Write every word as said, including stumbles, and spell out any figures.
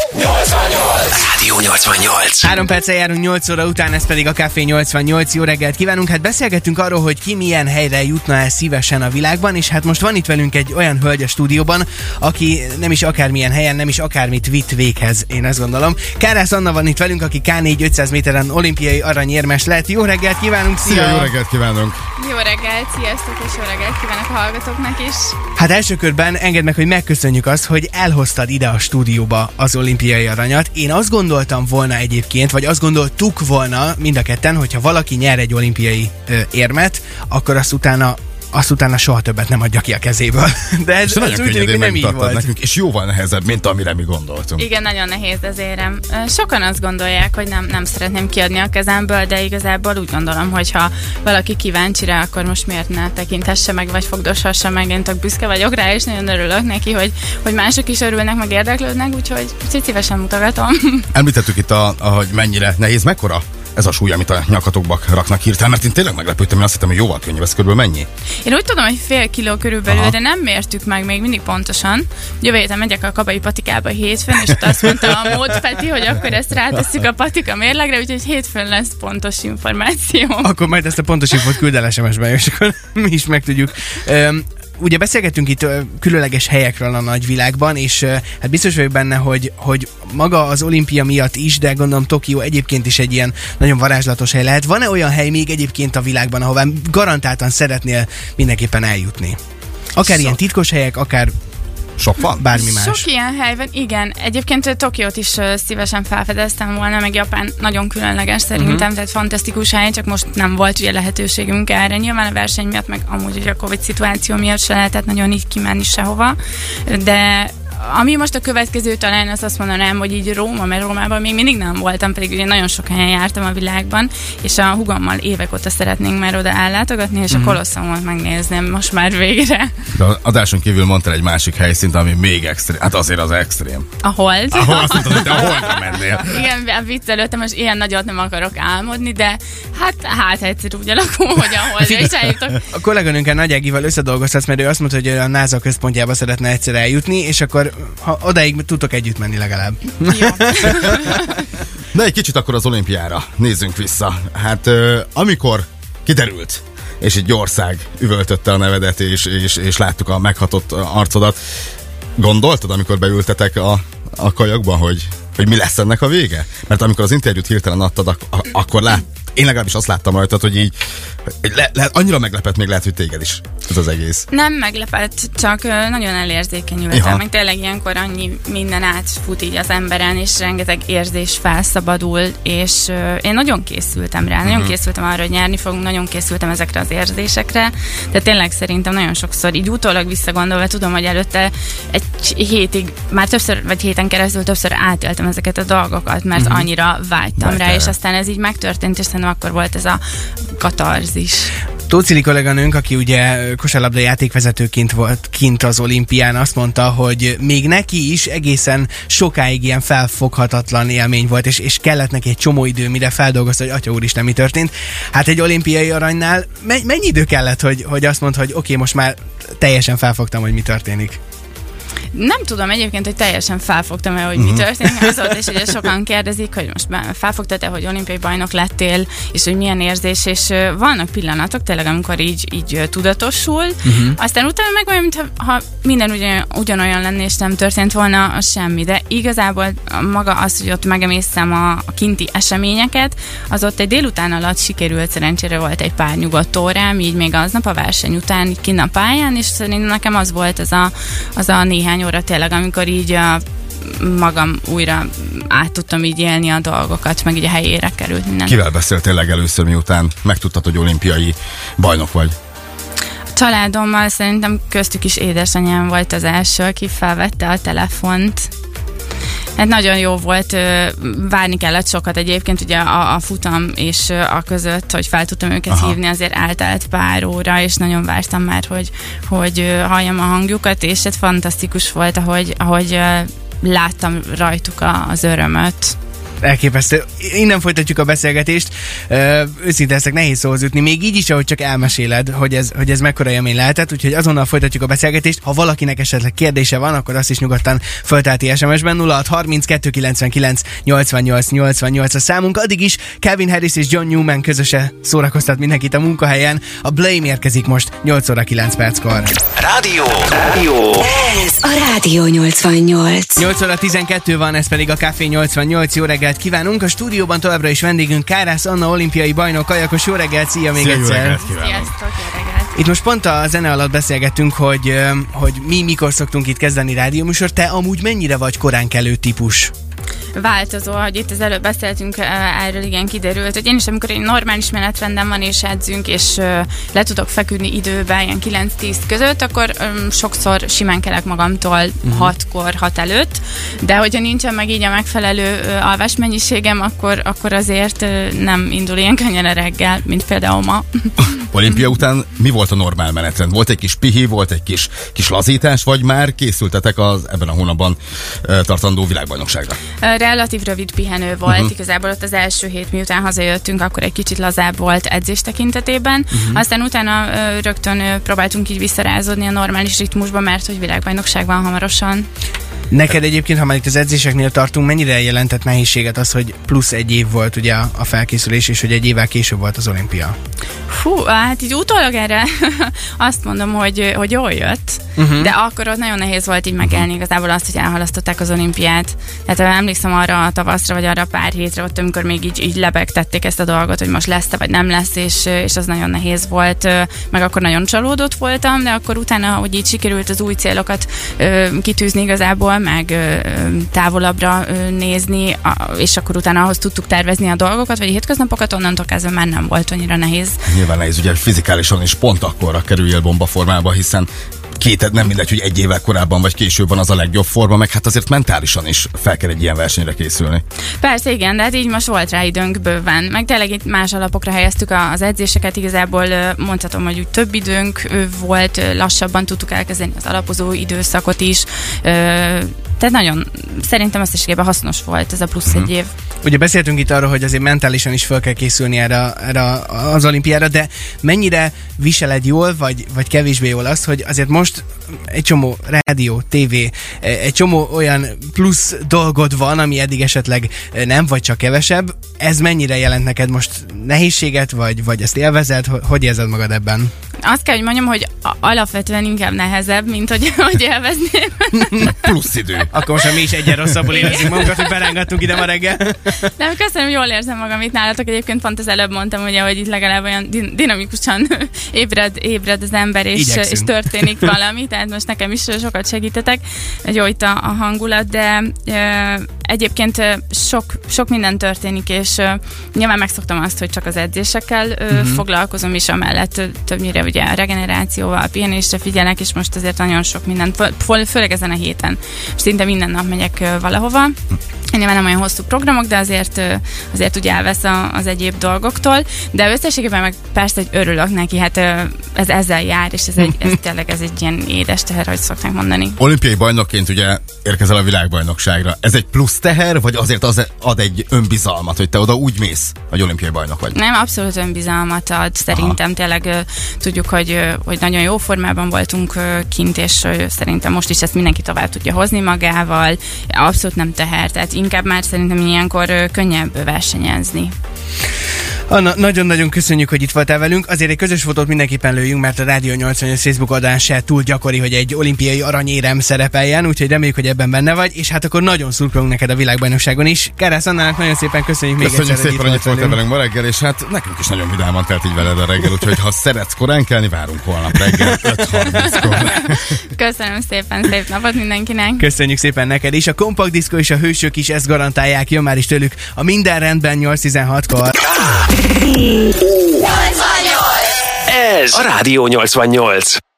nyolcvannyolc Rádió nyolcvannyolc. Három perccel járunk nyolc óra után, ez pedig a Café nyolcvannyolc. Jó reggelt kívánunk! Hát beszélgettünk arról, hogy ki milyen helyre jutna el szívesen a világban, és hát most van itt velünk egy olyan hölgy a stúdióban, aki nem is akármilyen helyen, nem is akármit vitt véghez, én azt gondolom. Kárász Anna van itt velünk, aki ká négy ötszáz méteren olimpiai aranyérmes lett. Jó reggelt kívánunk! Szia! Szia, jó reggelt kívánunk! Jó reggelt, sziasztok, és jó reggelt kívánok a hallgatóknak is! Hát első körben engedd meg, hogy megköszönjük azt, hogy elhoztad ide a stúdióba az olimpiai aranyat. Én azt gondoltam volna egyébként, vagy azt gondoltuk volna mind a ketten, hogyha valaki nyer egy olimpiai ö, érmet, akkor azt utána azt utána soha többet nem adja ki a kezéből. De ez, ez úgy tűnik, hogy nem így volt. Nekünk, és jóval nehezebb, mint amire mi gondoltunk. Igen, nagyon nehéz az érem. Sokan azt gondolják, hogy nem, nem szeretném kiadni a kezemből, de igazából úgy gondolom, hogy ha valaki kíváncsi rá, akkor most miért ne tekintesse meg, vagy fogdoshassa meg. Én tök büszke vagyok rá, és nagyon örülök neki, hogy, hogy mások is örülnek, meg érdeklődnek, úgyhogy, úgyhogy szívesen mutogatom. Említettük itt, a, a, hogy mennyire nehéz, mekkora ez a súly, amit a nyakatokba raknak hirtelen, mert én tényleg meglepődtem, én azt hittem, hogy jóval könnyebb, ez körülbelül mennyi? Én úgy tudom, hogy fél kiló körülbelül, aha, de nem mértük meg még mindig pontosan. Jövő héten megyek a Kabai Patikába hétfőn, és ott azt mondta a Mód Peti, hogy akkor ezt rátesszük a patika mérlegre, úgyhogy hétfőn lesz pontos információ. Akkor majd ezt a pontos infót küld el es em es-ben, és akkor mi is megtudjuk. Um, Ugye beszélgettünk itt uh, különleges helyekről a nagyvilágban, és uh, hát biztos vagyok benne, hogy, hogy maga az olimpia miatt is, de gondolom Tokió egyébként is egy ilyen nagyon varázslatos hely lehet. Van-e olyan hely még egyébként a világban, ahová garantáltan szeretnél mindenképpen eljutni? Akár Szak. ilyen titkos helyek, akár sok van? Bármi más. Sok ilyen hely van, igen. Egyébként Tokiót is uh, szívesen felfedeztem volna, meg Japán nagyon különleges szerintem, uh-huh. tehát fantasztikus hely, csak most nem volt ugye lehetőségünk erre. Nyilván a verseny miatt, meg amúgy ugye a Covid szituáció miatt se lehetett nagyon így kimenni sehova, de ami most a következő talán, azt azt mondanám, hogy így Róma, mert Rómában még mindig nem voltam, pedig ugye nagyon sok helyen jártam a világban, és a hugommal évek óta szeretnénk már oda ellátogatni, és mm. a Kolosszumot megnézném most már végre. De az adáson kívül mondtál egy másik helyszínt, ami még extrém, hát azért az extrém. A Hold. Ahol azt mondtad, hogy te a Holdra mennél. Igen, viccelődtem, most ilyen nagyot nem akarok álmodni, de hát, hát egyszer úgy alakul, hogy a Holdra is eljutok. A kolléganőnkkel Nagy Ágival összedolgoztatsz, mert ő azt mondta, hogy a NASA központjába szeretne egyszer eljutni, és akkor ha odáig tudtok együtt menni legalább. Jó. De egy kicsit akkor az olimpiára nézzünk vissza. Hát euh, amikor kiderült, és egy ország üvöltötte a nevedet, és, és, és láttuk a meghatott arcodat, gondoltad, amikor beültetek a, a kajakba, hogy, hogy mi lesz ennek a vége? Mert amikor az interjút hirtelen adtad, ak- ak- akkor lát, én legalábbis azt láttam rajtad, hogy így le, le, annyira meglepett, még lehet, hogy téged is ez az egész. Nem meglepett, csak nagyon elérzékenyültem, meg tényleg ilyenkor annyi minden átfut így az emberen, és rengeteg érzés felszabadul, és uh, én nagyon készültem rá, nagyon uh-huh. készültem arra, hogy nyerni fogunk, nagyon készültem ezekre az érzésekre, de tényleg szerintem nagyon sokszor, így utólag visszagondolva tudom, hogy előtte egy hétig, már többször, vagy héten keresztül többször átéltem ezeket a dolgokat, mert uh-huh. annyira vágytam Vágytál. rá, és aztán ez így megtörtént, és szerintem akkor volt ez a katarzis. Tócili kolléganőnk, aki ugye kosárlabda játékvezetőként volt kint az olimpián, azt mondta, hogy még neki is egészen sokáig ilyen felfoghatatlan élmény volt, és, és kellett neki egy csomó idő, mire feldolgozta, hogy atya úristen, mi történt. Hát egy olimpiai aranynál me- mennyi idő kellett, hogy, hogy azt mondta, hogy oké, okay, most már teljesen felfogtam, hogy mi történik? Nem tudom egyébként, hogy teljesen felfogtam el, hogy uh-huh. mi történik. Azóta is ugye sokan kérdezik, hogy most felfogtad-e, hogy olimpiai bajnok lettél, és hogy milyen érzés, és vannak pillanatok tényleg, amikor így, így tudatosul. Uh-huh. Aztán utána meg olyan, mintha ha minden ugyan, ugyanolyan lenne, és nem történt volna az semmi. De igazából maga az, hogy ott megemésztem a, a kinti eseményeket, az ott egy délután alatt sikerült, szerencsére volt egy pár nyugodt órám, így még aznap a verseny után, így kint a pályán, és szerintem nekem az volt az a, az a néhány óra tényleg, amikor így a magam újra át tudtam így élni a dolgokat, meg így a helyére került minden. Kivel beszéltél legelőször, miután megtudtad, hogy olimpiai bajnok vagy? A családommal, szerintem köztük is édesanyám volt az első, aki felvette a telefont. Hát nagyon jó volt, várni kellett sokat egyébként, ugye a, a futam és a között, hogy fel tudtam őket Aha. hívni, azért eltelt pár óra, és nagyon vártam már, hogy, hogy halljam a hangjukat, és hát fantasztikus volt, ahogy, ahogy láttam rajtuk a, az örömöt. Elképesztő. Innen folytatjuk a beszélgetést. Ö, őszinte leszek, nehéz szóhoz jutni. Még így is, ahogy csak elmeséled, hogy ez, hogy ez mekkora élmény lehetett, úgyhogy azonnal folytatjuk a beszélgetést. Ha valakinek esetleg kérdése van, akkor azt is nyugodtan föltálti es em es-ben. nulla hat harminckettő kilencvenkilenc nyolcvannyolc nyolcvannyolc a számunk. Addig is Calvin Harris és John Newman közöse szórakoztat mindenkit a munkahelyen. A Blame érkezik most nyolc óra kilenc perckor. Rádió! Rádió! Ez a Rádió nyolcvannyolc. nyolc óra tizenkettő van, ez pedig a Café nyolcvannyolc. Jó reggelt kívánunk! A stúdióban továbbra is vendégünk Kárász Anna, olimpiai bajnok, kajakos. Jó reggelt, szia még Szia, jó egyszer! reggelt kívánok. Sziasztok, jó reggelt! Itt most pont a zene alatt beszélgettünk, hogy, hogy mi mikor szoktunk itt kezdeni rádióműsor. Te amúgy mennyire vagy koránkelő típus? Változó, hogy itt az előbb beszéltünk erről, igen, kiderült, hogy én is, amikor egy normális menetrendem van és edzünk, és le tudok feküdni időben, ilyen kilenc-tíz között, akkor um, sokszor simán kelek magamtól uh-huh. hatkor, hat előtt, de hogyha nincsen meg így a megfelelő uh, alvásmennyiségem, akkor, akkor azért uh, nem indul ilyen könnyen a reggel, mint például ma. Olimpia után mi volt a normál menetrend? Volt egy kis pihi, volt egy kis, kis lazítás, vagy már készültetek az ebben a hónapban uh, tartandó világbajnokságra? Relatív rövid pihenő volt, uh-huh. igazából ott az első hét, miután hazajöttünk, akkor egy kicsit lazább volt edzés tekintetében. Uh-huh. Aztán utána ö, rögtön ö, próbáltunk így visszarázódni a normális ritmusba, mert hogy világbajnokság van hamarosan. Neked egyébként, ha már itt az edzéseknél tartunk, mennyire jelentett nehézséget az, hogy plusz egy év volt ugye a felkészülés, és hogy egy évvel később volt az olimpia? Fú, hát így utólag erre azt mondom, hogy, hogy jól jött, uh-huh. de akkor ott nagyon nehéz volt így megélni igazából azt, hogy elhalasztották az olimpiát. Tehát emlékszem arra a tavaszra, vagy arra a pár hétre, ott amikor még így, így lebegtették ezt a dolgot, hogy most lesz-e, vagy nem lesz, és, és az nagyon nehéz volt, meg akkor nagyon csalódott voltam, de akkor utána, hogy így sikerült az új célokat kitűzni igazából, meg távolabbra nézni, és akkor utána ahhoz tudtuk tervezni a dolgokat, vagy a hétköznapokat, onnantól kezdve már nem volt annyira nehéz. Nyilván nehéz, ugye fizikálisan is pont akkorra kerüljél bombaformába, hiszen két, nem mindegy, hogy egy évvel korábban vagy később van az a legjobb forma, meg hát azért mentálisan is fel kell egy ilyen versenyre készülni. Persze, igen, de hát így most volt rá időnk bőven. Meg tényleg itt más alapokra helyeztük az edzéseket, igazából mondhatom, hogy úgy több időnk volt, lassabban tudtuk elkezdeni az alapozó időszakot is. Tehát nagyon, szerintem összességében hasznos volt ez a plusz uh-huh. egy év. Ugye beszéltünk itt arról, hogy azért mentálisan is fel kell készülni erre, erre az olimpiára, de mennyire viseled jól, vagy, vagy kevésbé jól azt, hogy azért most egy csomó rádió, tévé, egy csomó olyan plusz dolgod van, ami eddig esetleg nem, vagy csak kevesebb. Ez mennyire jelent neked most nehézséget, vagy, vagy ezt élvezed? Hogy érzed magad ebben? Azt kell, hogy mondjam, hogy alapvetően inkább nehezebb, mint hogy, hogy élvezném. Plusz idő. Akkor most mi is egyen rosszabbul érezzük magunkat, hogy berángattunk ide ma reggel. Nem, köszönöm, jól érzem magam itt nálatok. Egyébként pont az előbb mondtam, ugye, hogy itt legalább olyan din- dinamikusan ébred, ébred az ember, és, és történik valami, tehát most nekem is sokat segítetek, jó itt a, a hangulat, de e, egyébként sok, sok minden történik, és e, nyilván megszoktam azt, hogy csak az edzésekkel e, uh-huh. foglalkozom, és amellett többnyire ugye a regenerációval, a pihenésre figyelek, és most azért nagyon sok mindent, fő, főleg ezen a héten. Szinte minden nap megyek e, valahova. Nyilván nem olyan hosszú programok, de azért, azért ugye elvesz az egyéb dolgoktól, de összességében meg persze, hogy örülök neki, hát ez ezzel jár, és ez, egy, ez tényleg ez egy ilyen édes teher, ahogy szokták mondani. Olimpiai bajnokként ugye érkezel a világbajnokságra. Ez egy plusz teher, vagy azért az ad egy önbizalmat, hogy te oda úgy mész, hogy olimpiai bajnok vagy? Nem, abszolút önbizalmat ad. Szerintem Aha. tényleg tudjuk, hogy, hogy nagyon jó formában voltunk kint, és szerintem most is ezt mindenki tovább tudja hozni magával. Abszolút nem teher, tehát inkább már szerintem ilyenkor könnyebb versenyezni. Anna, nagyon-nagyon köszönjük, hogy itt voltál velünk. Azért egy közös fotót mindenképpen lőjünk, mert a Rádió nyolcvannyolc Facebook oldalán se túl gyakori, hogy egy olimpiai aranyérem szerepeljen, úgyhogy reméljük, hogy ebben benne vagy, és hát akkor nagyon szurkolunk neked a világbajnokságon is. Kárász Annának nagyon szépen köszönjük még köszönjük egyszer, szépen, hogy itt voltál velünk ma reggel, és hát nekünk is nagyon vidáman telt így veled a reggel, úgyhogy ha szeretsz korán kelni, várunk holnap reggel öt harminckor. Köszönöm szépen, szép napot mindenkinek. Köszönjük szépen neked is. A Kompakt Diszkó és a Hősök is ezt garantálják, jön már is tőlük a Minden rendben nyolc tizenhatkor. Ez a Rádió nyolcvannyolc.